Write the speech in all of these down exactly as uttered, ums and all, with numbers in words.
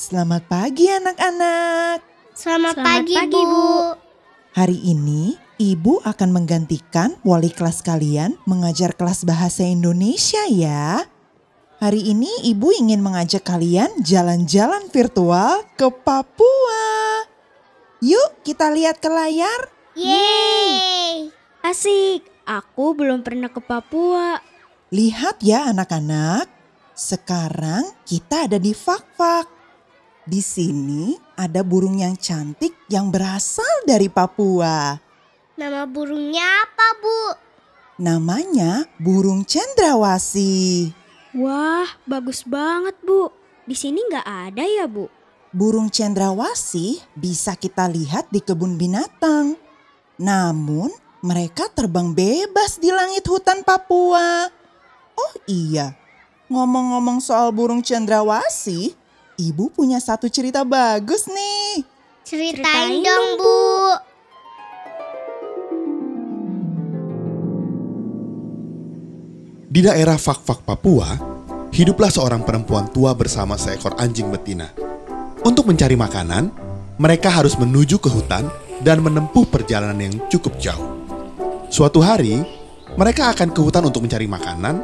Selamat pagi anak-anak. Selamat, Selamat pagi, pagi, Bu. Bu. Hari ini Ibu akan menggantikan wali kelas kalian mengajar kelas bahasa Indonesia ya. Hari ini Ibu ingin mengajak kalian jalan-jalan virtual ke Papua. Yuk kita lihat ke layar. Yeay. Asik, aku belum pernah ke Papua. Lihat ya anak-anak, sekarang kita ada di Fak-Fak. Di sini ada burung yang cantik yang berasal dari Papua. Nama burungnya apa, Bu? Namanya burung cendrawasih. Wah, bagus banget, Bu. Di sini nggak ada ya, Bu? Burung cendrawasih bisa kita lihat di kebun binatang. Namun mereka terbang bebas di langit hutan Papua. Oh iya, ngomong-ngomong soal burung cendrawasih, Ibu punya satu cerita bagus nih. Ceritain, Ceritain dong, dong, Bu. Di daerah Fak-Fak, Papua, hiduplah seorang perempuan tua bersama seekor anjing betina. Untuk mencari makanan, mereka harus menuju ke hutan dan menempuh perjalanan yang cukup jauh. Suatu hari, mereka akan ke hutan untuk mencari makanan,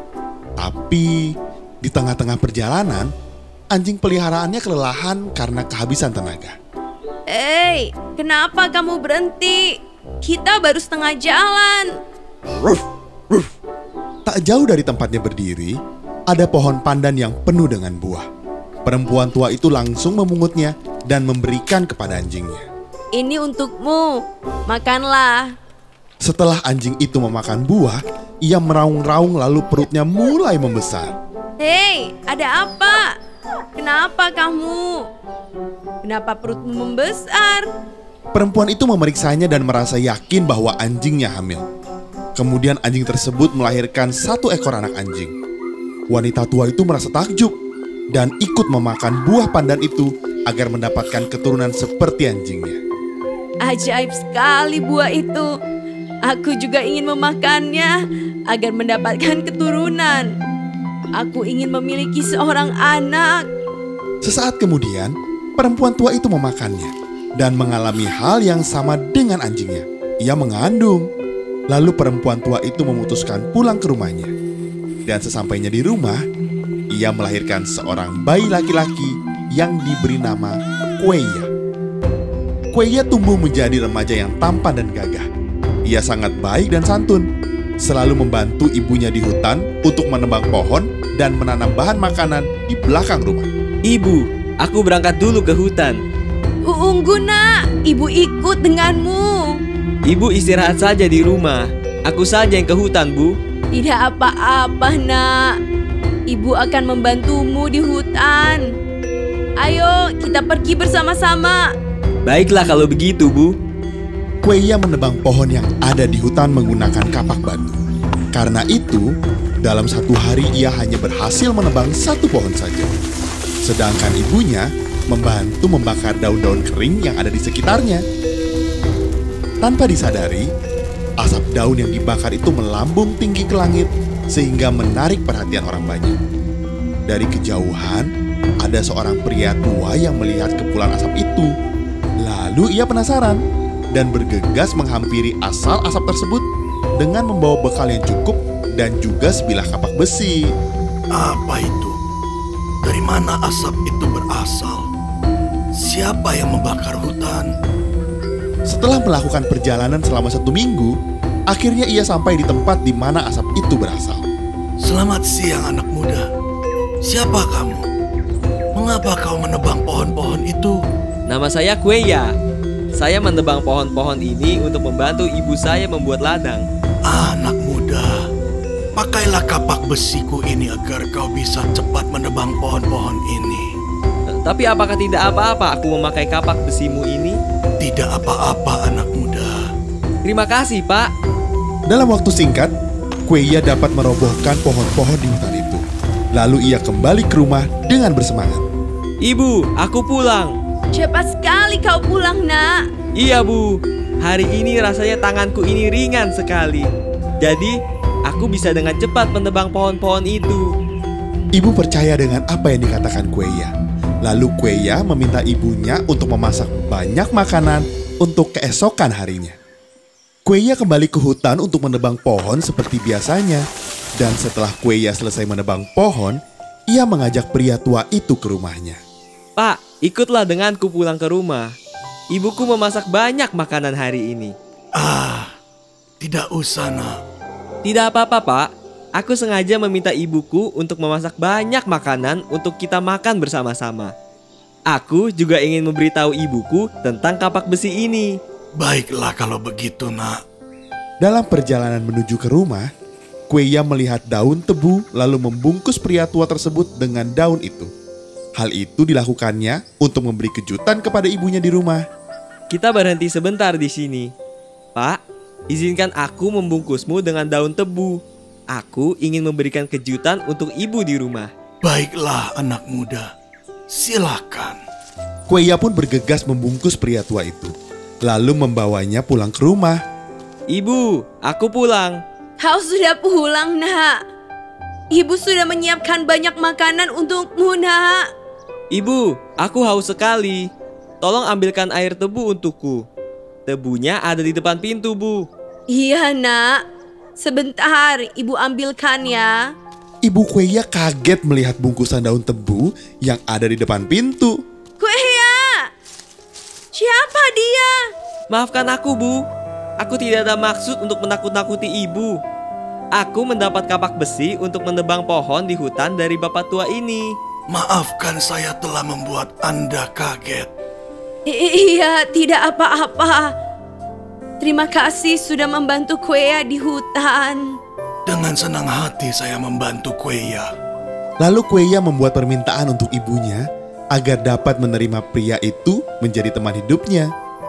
tapi di tengah-tengah perjalanan, anjing peliharaannya kelelahan karena kehabisan tenaga. Hei, kenapa kamu berhenti? Kita baru setengah jalan. Ruff, ruff. Tak jauh dari tempatnya berdiri, ada pohon pandan yang penuh dengan buah. Perempuan tua itu langsung memungutnya dan memberikan kepada anjingnya. Ini untukmu, makanlah. Setelah anjing itu memakan buah, ia meraung-raung lalu perutnya mulai membesar. Hei, ada apa? Kenapa kamu? Kenapa perutmu membesar? Perempuan itu memeriksanya dan merasa yakin bahwa anjingnya hamil. Kemudian anjing tersebut melahirkan satu ekor anak anjing. Wanita tua itu merasa takjub dan ikut memakan buah pandan itu agar mendapatkan keturunan seperti anjingnya. Ajaib sekali buah itu. Aku juga ingin memakannya agar mendapatkan keturunan. Aku ingin memiliki seorang anak. Sesaat kemudian, perempuan tua itu memakannya dan mengalami hal yang sama dengan anjingnya. Ia mengandung. Lalu perempuan tua itu memutuskan pulang ke rumahnya. Dan sesampainya di rumah, ia melahirkan seorang bayi laki-laki yang diberi nama Kweya. Kweya tumbuh menjadi remaja yang tampan dan gagah. Ia sangat baik dan santun, selalu membantu ibunya di hutan untuk menebang pohon dan menanam bahan makanan di belakang rumah. Ibu, aku berangkat dulu ke hutan. Unggu nak, ibu ikut denganmu. Ibu istirahat saja di rumah. Aku saja yang ke hutan, Bu. Tidak apa-apa nak. Ibu akan membantumu di hutan. Ayo kita pergi bersama-sama. Baiklah kalau begitu, Bu. Kweya menebang pohon yang ada di hutan menggunakan kapak batu. Karena itu, dalam satu hari ia hanya berhasil menebang satu pohon saja. Sedangkan ibunya membantu membakar daun-daun kering yang ada di sekitarnya. Tanpa disadari, asap daun yang dibakar itu melambung tinggi ke langit sehingga menarik perhatian orang banyak. Dari kejauhan, ada seorang pria tua yang melihat kepulan asap itu. Lalu ia penasaran dan bergegas menghampiri asal asap tersebut dengan membawa bekal yang cukup dan juga sebilah kapak besi. Apa itu? Dari mana asap itu berasal? Siapa yang membakar hutan? Setelah melakukan perjalanan selama satu minggu, akhirnya ia sampai di tempat di mana asap itu berasal. Selamat siang anak muda. Siapa kamu? Mengapa kau menebang pohon-pohon itu? Nama saya Kweya. Saya menebang pohon-pohon ini untuk membantu ibu saya membuat ladang. Anak muda, pakailah kapak besiku ini agar kau bisa cepat menebang pohon-pohon ini. Tapi apakah tidak apa-apa aku memakai kapak besimu ini? Tidak apa-apa anak muda. Terima kasih, Pak. Dalam waktu singkat, Kweya dapat merobohkan pohon-pohon di hutan itu. Lalu ia kembali ke rumah dengan bersemangat. Ibu, aku pulang. Cepat sekali kau pulang nak. Iya, Bu. Hari ini rasanya tanganku ini ringan sekali. Jadi, aku bisa dengan cepat menebang pohon-pohon itu. Ibu percaya dengan apa yang dikatakan Kweya. Lalu Kueya meminta ibunya untuk memasak banyak makanan untuk keesokan harinya. Kueya kembali ke hutan untuk menebang pohon seperti biasanya. Dan setelah Kueya selesai menebang pohon, ia mengajak pria tua itu ke rumahnya. Pak, ikutlah denganku pulang ke rumah. Ibuku memasak banyak makanan hari ini. Ah, tidak usah, nak. Tidak apa-apa, Pak. Aku sengaja meminta ibuku untuk memasak banyak makanan untuk kita makan bersama-sama. Aku juga ingin memberitahu ibuku tentang kapak besi ini. Baiklah kalau begitu, nak. Dalam perjalanan menuju ke rumah, Kueya melihat daun tebu lalu membungkus pria tua tersebut dengan daun itu. Hal itu dilakukannya untuk memberi kejutan kepada ibunya di rumah. Kita berhenti sebentar di sini. Pak, izinkan aku membungkusmu dengan daun tebu. Aku ingin memberikan kejutan untuk ibu di rumah. Baiklah, anak muda. Silakan. Kueya pun bergegas membungkus pria tua itu, lalu membawanya pulang ke rumah. Ibu, aku pulang. Kau sudah pulang, nak. Ibu sudah menyiapkan banyak makanan untukmu, nak. Ibu, aku haus sekali. Tolong ambilkan air tebu untukku. Tebunya ada di depan pintu, Bu. Iya, nak. Sebentar, ibu ambilkan ya. Ibu Kueya kaget melihat bungkusan daun tebu yang ada di depan pintu. Kueya! Siapa dia? Maafkan aku, Bu. Aku tidak ada maksud untuk menakut-nakuti ibu. Aku mendapat kapak besi untuk menebang pohon di hutan dari bapak tua ini. Maafkan saya telah membuat Anda kaget. I- iya, tidak apa-apa. Terima kasih sudah membantu Kueya di hutan. Dengan senang hati saya membantu Kueya. Lalu Kueya membuat permintaan untuk ibunya agar dapat menerima pria itu menjadi teman hidupnya.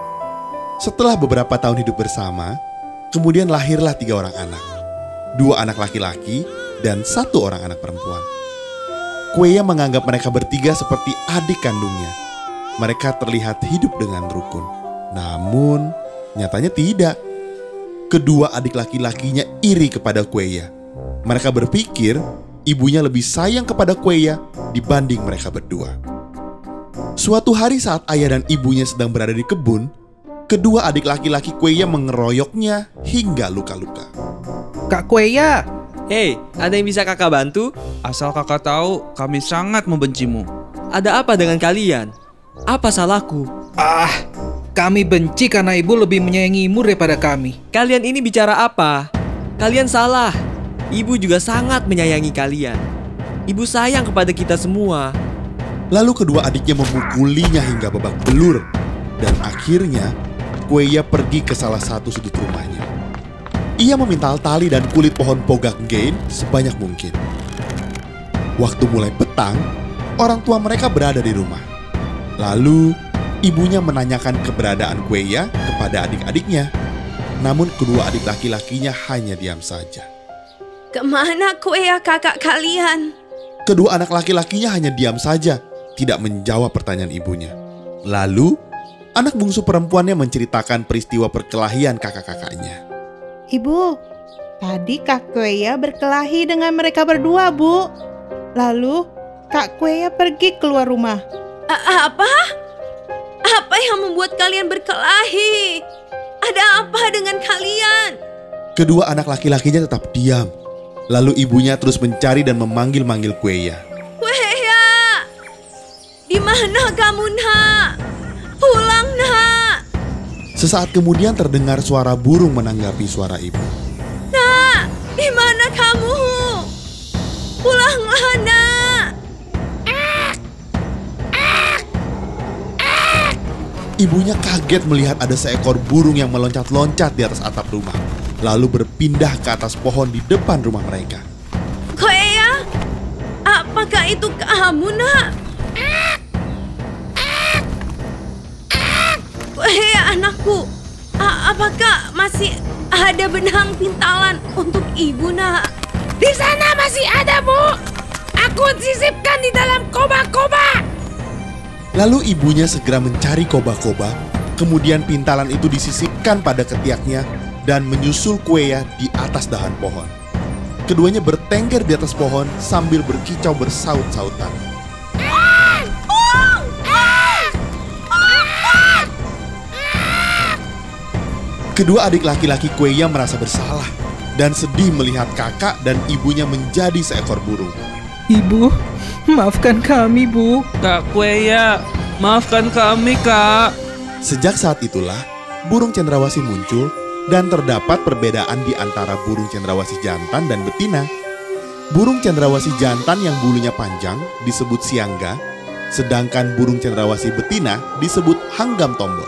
Setelah beberapa tahun hidup bersama, kemudian lahirlah tiga orang anak. Dua anak laki-laki dan satu orang anak perempuan. Kueya menganggap mereka bertiga seperti adik kandungnya. Mereka terlihat hidup dengan rukun. Namun, nyatanya tidak. Kedua adik laki-lakinya iri kepada Kueya. Mereka berpikir ibunya lebih sayang kepada Kueya dibanding mereka berdua. Suatu hari saat ayah dan ibunya sedang berada di kebun, kedua adik laki-laki Kueya mengeroyoknya hingga luka-luka. Kak Kueya, Hei, ada yang bisa kakak bantu? asal kakak tahu kami sangat membencimu. Ada apa dengan kalian? Apa salahku? Ah, kami benci karena ibu lebih menyayangimu daripada kami. Kalian ini bicara apa? Kalian salah. Ibu juga sangat menyayangi kalian. Ibu sayang kepada kita semua. Lalu kedua adiknya memukulinya hingga babak belur. Dan akhirnya Kueya pergi ke salah satu sudut rumahnya. Ia memintal tali dan kulit pohon Pogakgein sebanyak mungkin. Waktu mulai petang, orang tua mereka berada di rumah. Lalu ibunya menanyakan keberadaan Kueya kepada adik-adiknya. Namun kedua adik laki-lakinya hanya diam saja. Kemana Kueya kakak kalian? Kedua anak laki-lakinya hanya diam saja, tidak menjawab pertanyaan ibunya. Lalu, anak bungsu perempuannya menceritakan peristiwa perkelahian kakak-kakaknya. Ibu, tadi Kak Kueya berkelahi dengan mereka berdua, Bu. Lalu, Kak Kueya pergi keluar rumah. A- apa? Apa yang membuat kalian berkelahi? Ada apa dengan kalian? Kedua anak laki-lakinya tetap diam. Lalu ibunya terus mencari dan memanggil-manggil Kueya. Kueya! Di mana kamu, nak? Pulang, nak! Sesaat kemudian terdengar suara burung menanggapi suara ibu. Nak, di mana kamu? Pulanglah, nak! Ibunya kaget melihat ada seekor burung yang meloncat-loncat di atas atap rumah, lalu berpindah ke atas pohon di depan rumah mereka. Kueya, apakah itu kamu, nak? Kueya, anakku, a- apakah masih ada benang pintalan untuk ibu, nak? Di sana masih ada, Bu. Aku sisipkan di dalam koba-koba. Lalu ibunya segera mencari koba-koba, kemudian pintalan itu disisipkan pada ketiaknya dan menyusul Kueya di atas dahan pohon. Keduanya bertengger di atas pohon sambil berkicau bersaut-sautan. Ah! Kedua adik laki-laki Kueya merasa bersalah dan sedih melihat kakak dan ibunya menjadi seekor burung. Ibu, maafkan kami, Bu. Kak Kueya, maafkan kami, Kak. Sejak saat itulah, burung cendrawasih muncul dan terdapat perbedaan di antara burung cendrawasih jantan dan betina. Burung cendrawasih jantan yang bulunya panjang disebut siangga, sedangkan burung cendrawasih betina disebut hanggam tombor.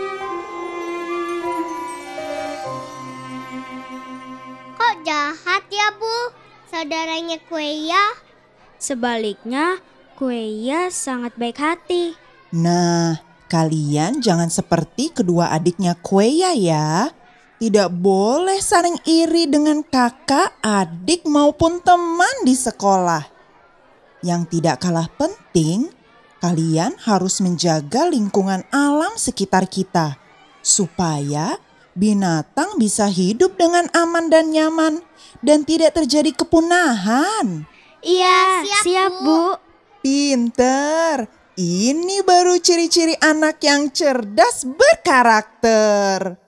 Kok jahat ya, Bu? Saudaranya Kueya? Sebaliknya, Kueya sangat baik hati. Nah, kalian jangan seperti kedua adiknya Kueya ya. Tidak boleh saling iri dengan kakak, adik maupun teman di sekolah. Yang tidak kalah penting, kalian harus menjaga lingkungan alam sekitar kita. Supaya binatang bisa hidup dengan aman dan nyaman dan tidak terjadi kepunahan. Iya, siap, siap Bu. Pinter. Ini baru ciri-ciri anak yang cerdas berkarakter.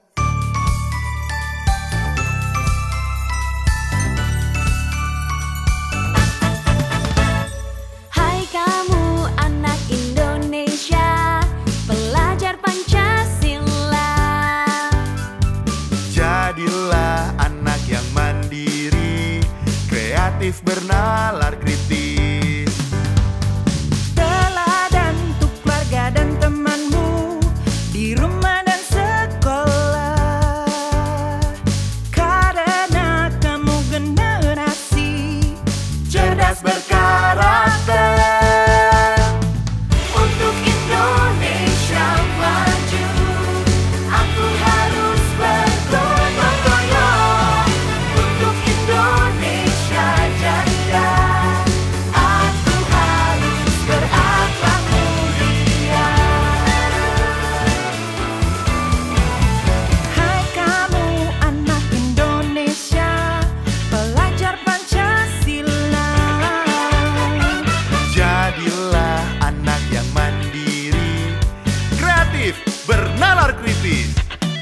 Hai kamu anak Indonesia, pelajar Pancasila. Jadilah anak yang mandiri, kreatif bernalar kritis. Teladan untuk keluarga dan temanmu di rumah dan sekolah. Karena kamu generasi cerdas berkarakter. Untuk Indonesia maju, aku harus bergotong royong. Untuk Indonesia jaya, aku harus berakhlak mulia. Hai kamu anak Indonesia, pelajar Pancasila. Jadilah anak yang mandiri, kreatif bernalar kritis.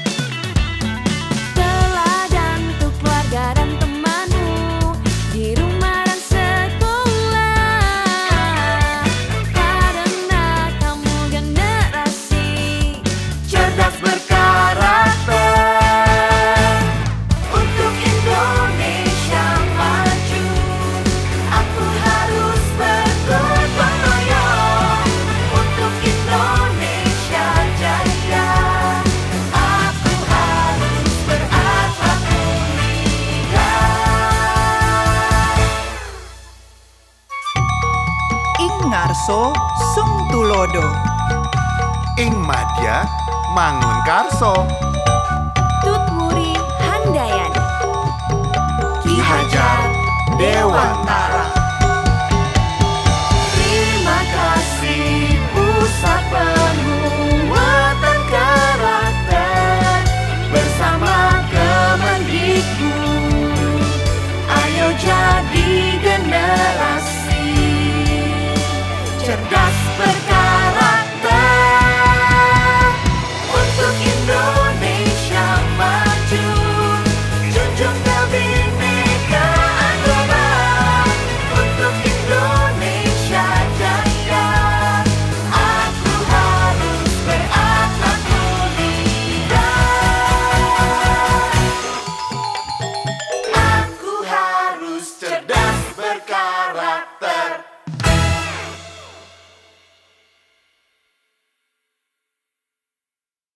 Teladan untuk keluarga dan temanmu di rumah dan sekolah. Karena kamu generasi Cerdas berkarakter. Untuk Indonesia maju, aku harus bergotong royong. Untuk Indonesia jaya, aku harus berakhlak mulia. Ing ngarso sung tulodo. Ing madya mangun karso. Tut Muri Handayani. Ki Hajar Dewantara.